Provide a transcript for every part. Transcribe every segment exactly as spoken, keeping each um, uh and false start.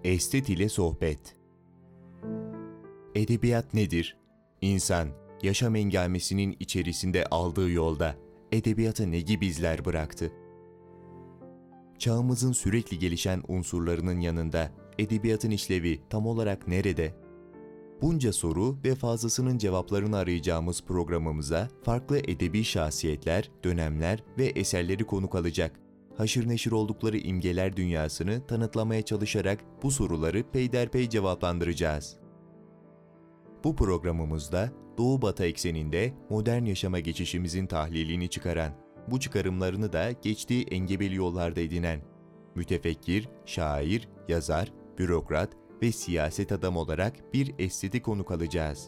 Estet ile sohbet. Edebiyat nedir? İnsan, yaşam engamesinin içerisinde aldığı yolda edebiyata ne gibi izler bıraktı? Çağımızın sürekli gelişen unsurlarının yanında edebiyatın işlevi tam olarak nerede? Bunca soru ve fazlasının cevaplarını arayacağımız programımıza farklı edebi şahsiyetler, dönemler ve eserleri konuk alacak. Haşır neşir oldukları imgeler dünyasını tanıtlamaya çalışarak bu soruları peyderpey cevaplandıracağız. Bu programımızda Doğu-Batı ekseninde modern yaşama geçişimizin tahlilini çıkaran, bu çıkarımlarını da geçtiği engebeli yollarda edinen, mütefekkir, şair, yazar, bürokrat ve siyaset adam olarak bir esteti konuk alacağız.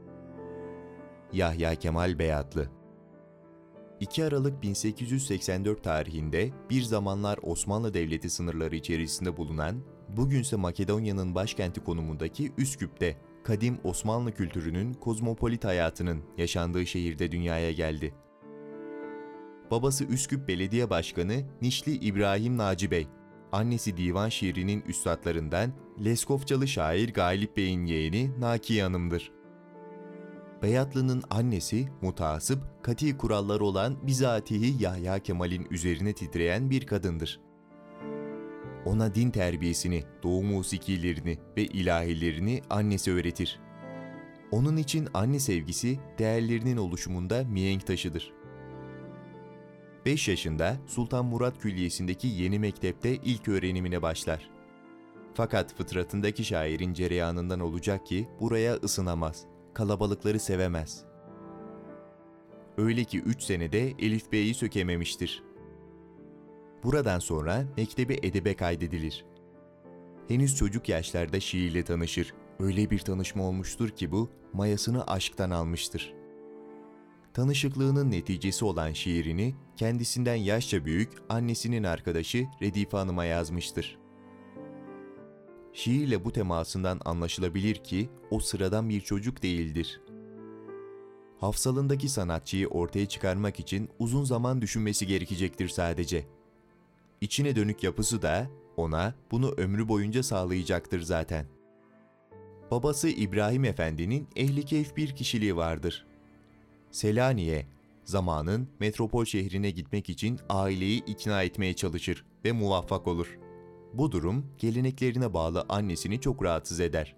Yahya Kemal Beyatlı iki Aralık bin sekiz yüz seksen dört tarihinde bir zamanlar Osmanlı Devleti sınırları içerisinde bulunan, bugünse Makedonya'nın başkenti konumundaki Üsküp'te, kadim Osmanlı kültürünün kozmopolit hayatının yaşandığı şehirde dünyaya geldi. Babası Üsküp Belediye Başkanı Nişli İbrahim Naci Bey, annesi divan şiirinin üstadlarından Leskofçalı şair Galip Bey'in yeğeni Nakiye Hanım'dır. Beyatlı'nın annesi mutasip, kati kuralları olan bizatihi Yahya Kemal'in üzerine titreyen bir kadındır. Ona din terbiyesini, doğu musikilerini ve ilahilerini annesi öğretir. Onun için anne sevgisi değerlerinin oluşumunda mihenk taşıdır. beş yaşında Sultan Murat Külliyesi'ndeki yeni mektepte ilk öğrenimine başlar. Fakat fıtratındaki şairin cereyanından olacak ki buraya ısınamaz, kalabalıkları sevemez. Öyle ki üç senede elifbeyi sökememiştir. Buradan sonra mektebi edebe kaydedilir. Henüz çocuk yaşlarda şiirle tanışır. Öyle bir tanışma olmuştur ki bu, mayasını aşktan almıştır. Tanışıklığının neticesi olan şiirini kendisinden yaşça büyük annesinin arkadaşı Redife Hanım'a yazmıştır. Şiirle bu temasından anlaşılabilir ki o sıradan bir çocuk değildir. Hafsalındaki sanatçıyı ortaya çıkarmak için uzun zaman düşünmesi gerekecektir sadece. İçine dönük yapısı da ona bunu ömrü boyunca sağlayacaktır zaten. Babası İbrahim Efendi'nin ehli keyif bir kişiliği vardır. Selanik'e, zamanın metropol şehrine gitmek için aileyi ikna etmeye çalışır ve muvaffak olur. Bu durum geleneklerine bağlı annesini çok rahatsız eder.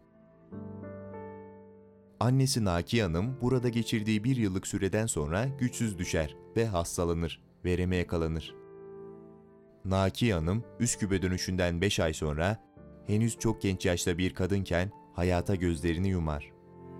Annesi Nakiye Hanım burada geçirdiği bir yıllık süreden sonra güçsüz düşer ve hastalanır, vereme yakalanır. Nakiye Hanım Üsküp'e dönüşünden beş ay sonra henüz çok genç yaşta bir kadınken hayata gözlerini yumar.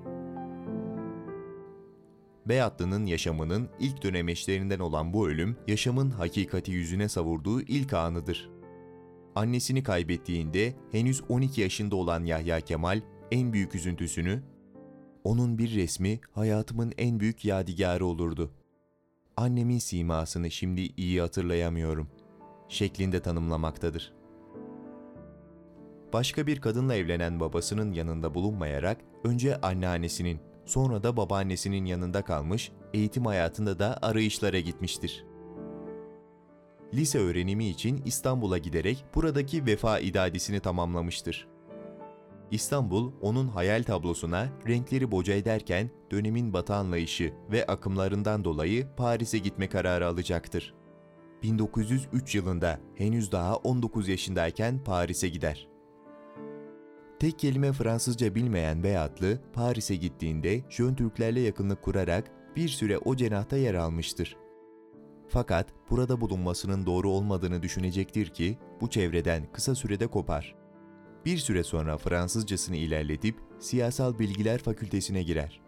Beyatlı'nın yaşamının ilk dönemeçlerinden olan bu ölüm, yaşamın hakikati yüzüne savurduğu ilk anıdır. Annesini kaybettiğinde henüz on iki yaşında olan Yahya Kemal en büyük üzüntüsünü, "Onun bir resmi hayatımın en büyük yadigarı olurdu. Annemin simasını şimdi iyi hatırlayamıyorum" şeklinde tanımlamaktadır. Başka bir kadınla evlenen babasının yanında bulunmayarak önce anneannesinin, sonra da babaannesinin yanında kalmış, eğitim hayatında da arayışlara gitmiştir. Lise öğrenimi için İstanbul'a giderek buradaki vefa idadisini tamamlamıştır. İstanbul, onun hayal tablosuna renkleri boca ederken dönemin batı anlayışı ve akımlarından dolayı Paris'e gitme kararı alacaktır. bin dokuz yüz üç yılında henüz daha on dokuz yaşındayken Paris'e gider. Tek kelime Fransızca bilmeyen Beyatlı, Paris'e gittiğinde Jön Türklerle yakınlık kurarak bir süre o cenahta yer almıştır. Fakat burada bulunmasının doğru olmadığını düşünecektir ki bu çevreden kısa sürede kopar. Bir süre sonra Fransızcasını ilerletip Siyasal Bilgiler Fakültesine girer.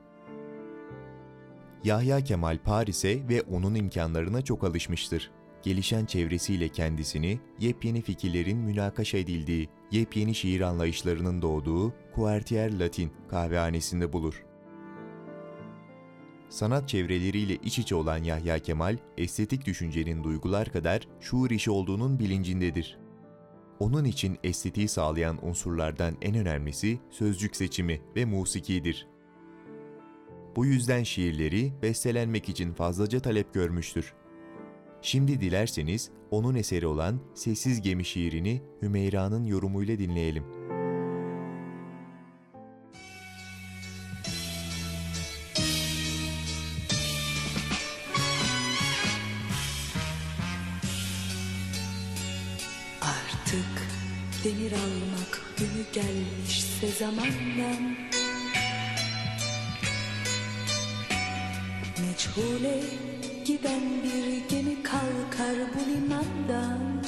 Yahya Kemal Paris'e ve onun imkanlarına çok alışmıştır. Gelişen çevresiyle kendisini yepyeni fikirlerin münakaşa edildiği, yepyeni şiir anlayışlarının doğduğu Quartier Latin kahvehanesinde bulur. Sanat çevreleriyle iç içe olan Yahya Kemal, estetik düşüncenin duygular kadar şuur işi olduğunun bilincindedir. Onun için estetiği sağlayan unsurlardan en önemlisi sözcük seçimi ve musikidir. Bu yüzden şiirleri bestelenmek için fazlaca talep görmüştür. Şimdi dilerseniz onun eseri olan Sessiz Gemi şiirini Hümeyra'nın yorumuyla dinleyelim. demir almak günü gelmişse zamandan, meçhule giden bir gemi kalkar bu limandan.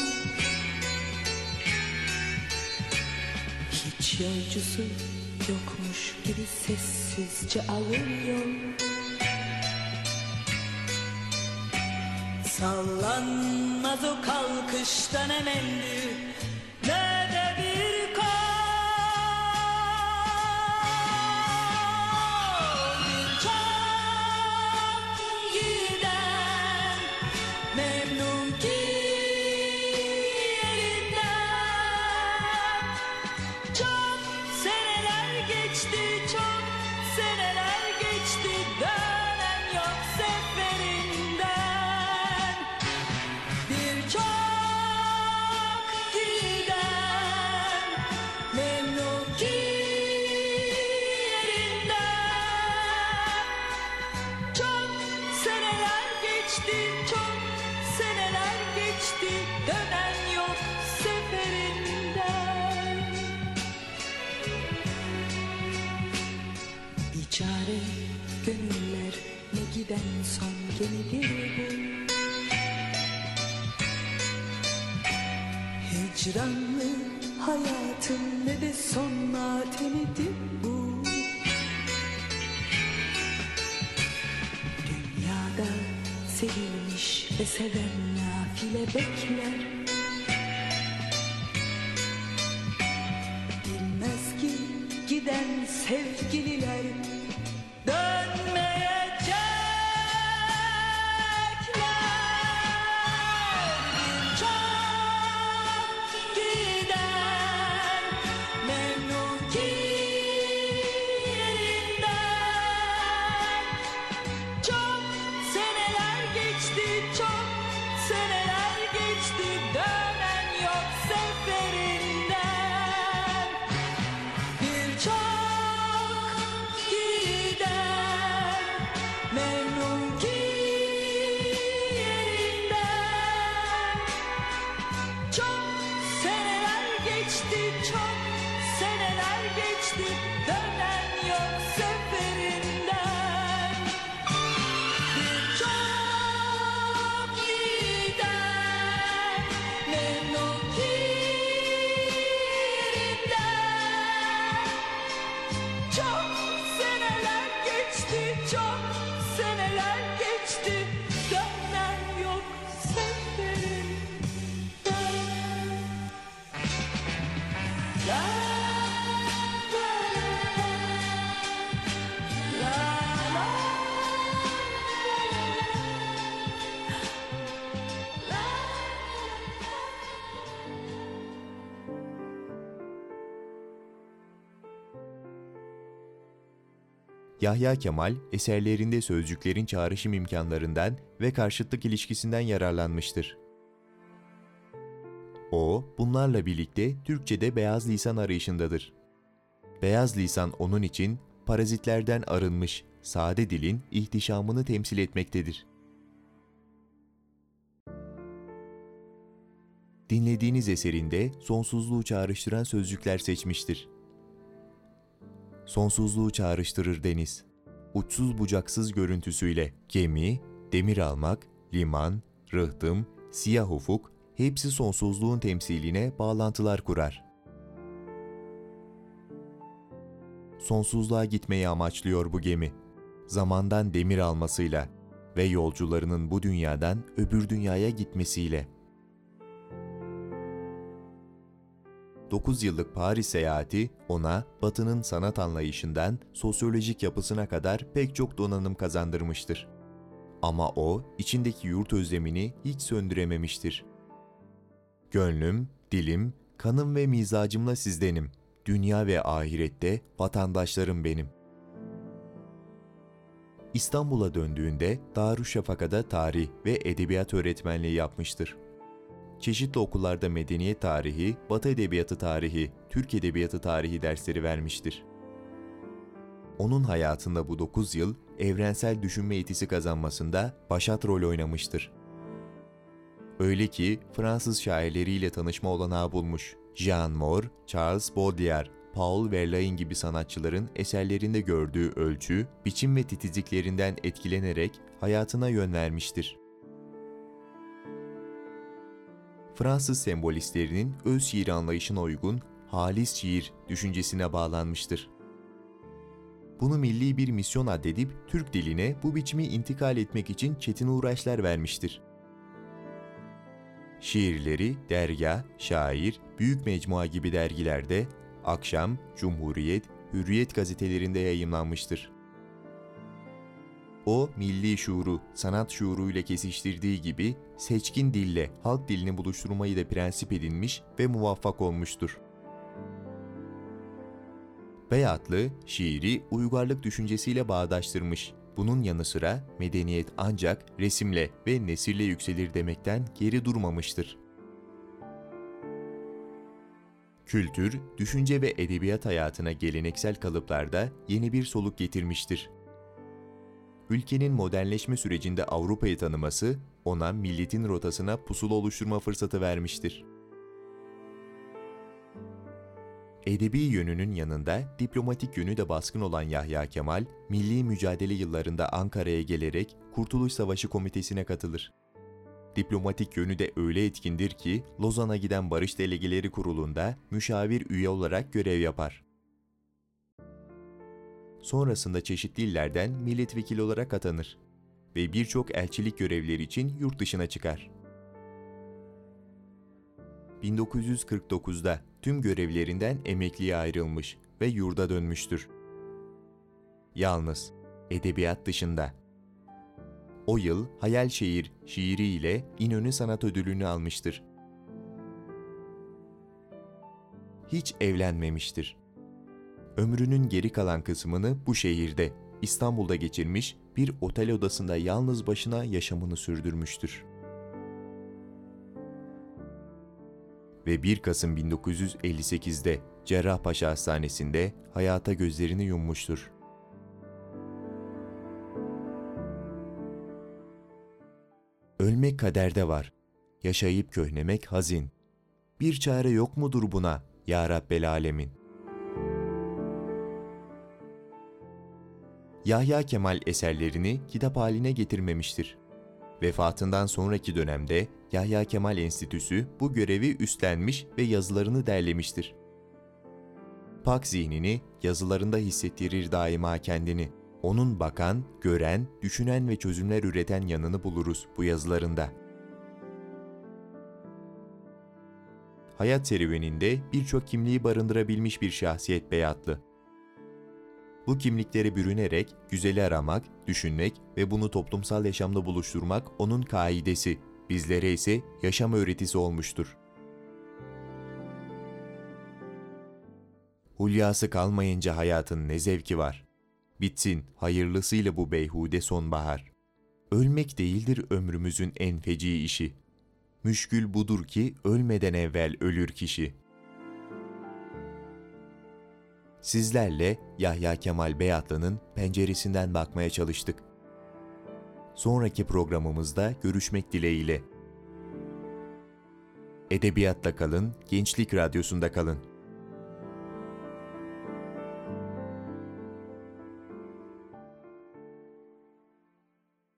Hiç yolcusu yokmuş gibi sessizce alır yol. Sallanmaz o kalkışta ne mendil ne de bir kol. Bir çok giden memnun ki yerinden. Çok seneler geçti, çok seneler geçti, dönen yok seferinden. Bir çok giden memnun ki yerinden. Çok seneler geçti, çok seneler geçti, dönen yok seferinden. Biçare gönüller, ne giden son gemidir bu. Hicranlı hayatın ne de son matemidir bu. Dünyada sevilmiş ve seven nafile bekler. Bilmez ki giden sevgililer dönmeyecekler. Bir çok giden memnun ki yerinden. Çok seneler geçti, çok seneler geçti, dönen yok seferinden. Bir çok giden memnun ki yerinden. Çok seneler geçti, çok seneler geçti, dönen yok seferinden. Bir çok giden memnun ki yerinden. Çok seneler geçti, çok seneler geçti, dönen yok seferinden. La la la la la. Yahya Kemal, eserlerinde sözcüklerin çağrışım imkanlarından ve karşıtlık ilişkisinden yararlanmıştır. O, bunlarla birlikte Türkçe'de beyaz lisan arayışındadır. Beyaz lisan onun için parazitlerden arınmış, sade dilin ihtişamını temsil etmektedir. Dinlediğiniz eserinde sonsuzluğu çağrıştıran sözcükler seçmiştir. Sonsuzluğu çağrıştırır deniz. Uçsuz bucaksız görüntüsüyle gemi, demir almak, liman, rıhtım, siyah ufuk hepsi sonsuzluğun temsiline bağlantılar kurar. Sonsuzluğa gitmeyi amaçlıyor bu gemi. Zamandan demir almasıyla ve yolcularının bu dünyadan öbür dünyaya gitmesiyle. dokuz yıllık Paris seyahati ona Batı'nın sanat anlayışından sosyolojik yapısına kadar pek çok donanım kazandırmıştır. Ama o, içindeki yurt özlemini hiç söndürememiştir. Gönlüm, dilim, kanım ve mizacımla sizdenim. Dünya ve ahirette vatandaşlarım benim. İstanbul'a döndüğünde Darüşşafaka'da tarih ve edebiyat öğretmenliği yapmıştır. Çeşitli okullarda medeniyet tarihi, Batı edebiyatı tarihi, Türk edebiyatı tarihi dersleri vermiştir. Onun hayatında bu dokuz yıl evrensel düşünme yetisi kazanmasında başat rol oynamıştır. Öyle ki Fransız şairleriyle tanışma olanağı bulmuş, Jean Moore, Charles Baudelaire, Paul Verlaine gibi sanatçıların eserlerinde gördüğü ölçü, biçim ve titizliklerinden etkilenerek hayatına yön vermiştir. Fransız sembolistlerinin öz şiir anlayışına uygun halis şiir düşüncesine bağlanmıştır. Bunu milli bir misyon addedip Türk diline bu biçimi intikal etmek için çetin uğraşlar vermiştir. Şiirleri Derya, Şair, Büyük Mecmua gibi dergilerde, Akşam, Cumhuriyet, Hürriyet gazetelerinde yayımlanmıştır. O, milli şuuru, sanat şuuruyla kesiştirdiği gibi seçkin dille halk dilini buluşturmayı da prensip edinmiş ve muvaffak olmuştur. Beyatlı, şiiri uygarlık düşüncesiyle bağdaştırmış. Bunun yanı sıra medeniyet ancak resimle ve nesirle yükselir demekten geri durmamıştır. Kültür, düşünce ve edebiyat hayatına geleneksel kalıplarda yeni bir soluk getirmiştir. Ülkenin modernleşme sürecinde Avrupa'yı tanıması, ona milletin rotasına pusula oluşturma fırsatı vermiştir. Edebi yönünün yanında diplomatik yönü de baskın olan Yahya Kemal, milli mücadele yıllarında Ankara'ya gelerek Kurtuluş Savaşı Komitesi'ne katılır. Diplomatik yönü de öyle etkindir ki Lozan'a giden Barış Delegeleri Kurulu'nda müşavir üye olarak görev yapar. Sonrasında çeşitli illerden milletvekili olarak atanır ve birçok elçilik görevleri için yurt dışına çıkar. bin dokuz yüz kırk dokuzda tüm görevlerinden emekliye ayrılmış ve yurda dönmüştür. Yalnız edebiyat dışında. O yıl Hayal Şehir şiiriyle İnönü Sanat Ödülünü almıştır. Hiç evlenmemiştir. Ömrünün geri kalan kısmını bu şehirde, İstanbul'da geçirmiş, bir otel odasında yalnız başına yaşamını sürdürmüştür. Ve bir Kasım bin dokuz yüz elli sekizde Cerrahpaşa Hastanesi'nde hayata gözlerini yummuştur. Ölmek kaderde var, yaşayıp köhnemek hazin. Bir çare yok mudur buna, ya Rabbel Alemin? Yahya Kemal eserlerini kitap haline getirmemiştir. Vefatından sonraki dönemde Yahya Kemal Enstitüsü bu görevi üstlenmiş ve yazılarını derlemiştir. Pak zihnini yazılarında hissettirir daima kendini. Onun bakan, gören, düşünen ve çözümler üreten yanını buluruz bu yazılarında. Hayat serüveninde birçok kimliği barındırabilmiş bir şahsiyet Beyatlı. Bu kimliklere bürünerek güzeli aramak, düşünmek ve bunu toplumsal yaşamda buluşturmak onun kaidesi, bizlere ise yaşam öğretisi olmuştur. Hulyası kalmayınca hayatın ne zevki var. Bitsin hayırlısıyla bu beyhude sonbahar. Ölmek değildir ömrümüzün en feci işi. Müşkül budur ki ölmeden evvel ölür kişi. Sizlerle Yahya Kemal Beyatlı'nın penceresinden bakmaya çalıştık. Sonraki programımızda görüşmek dileğiyle. Edebiyatla kalın, Gençlik Radyosu'nda kalın.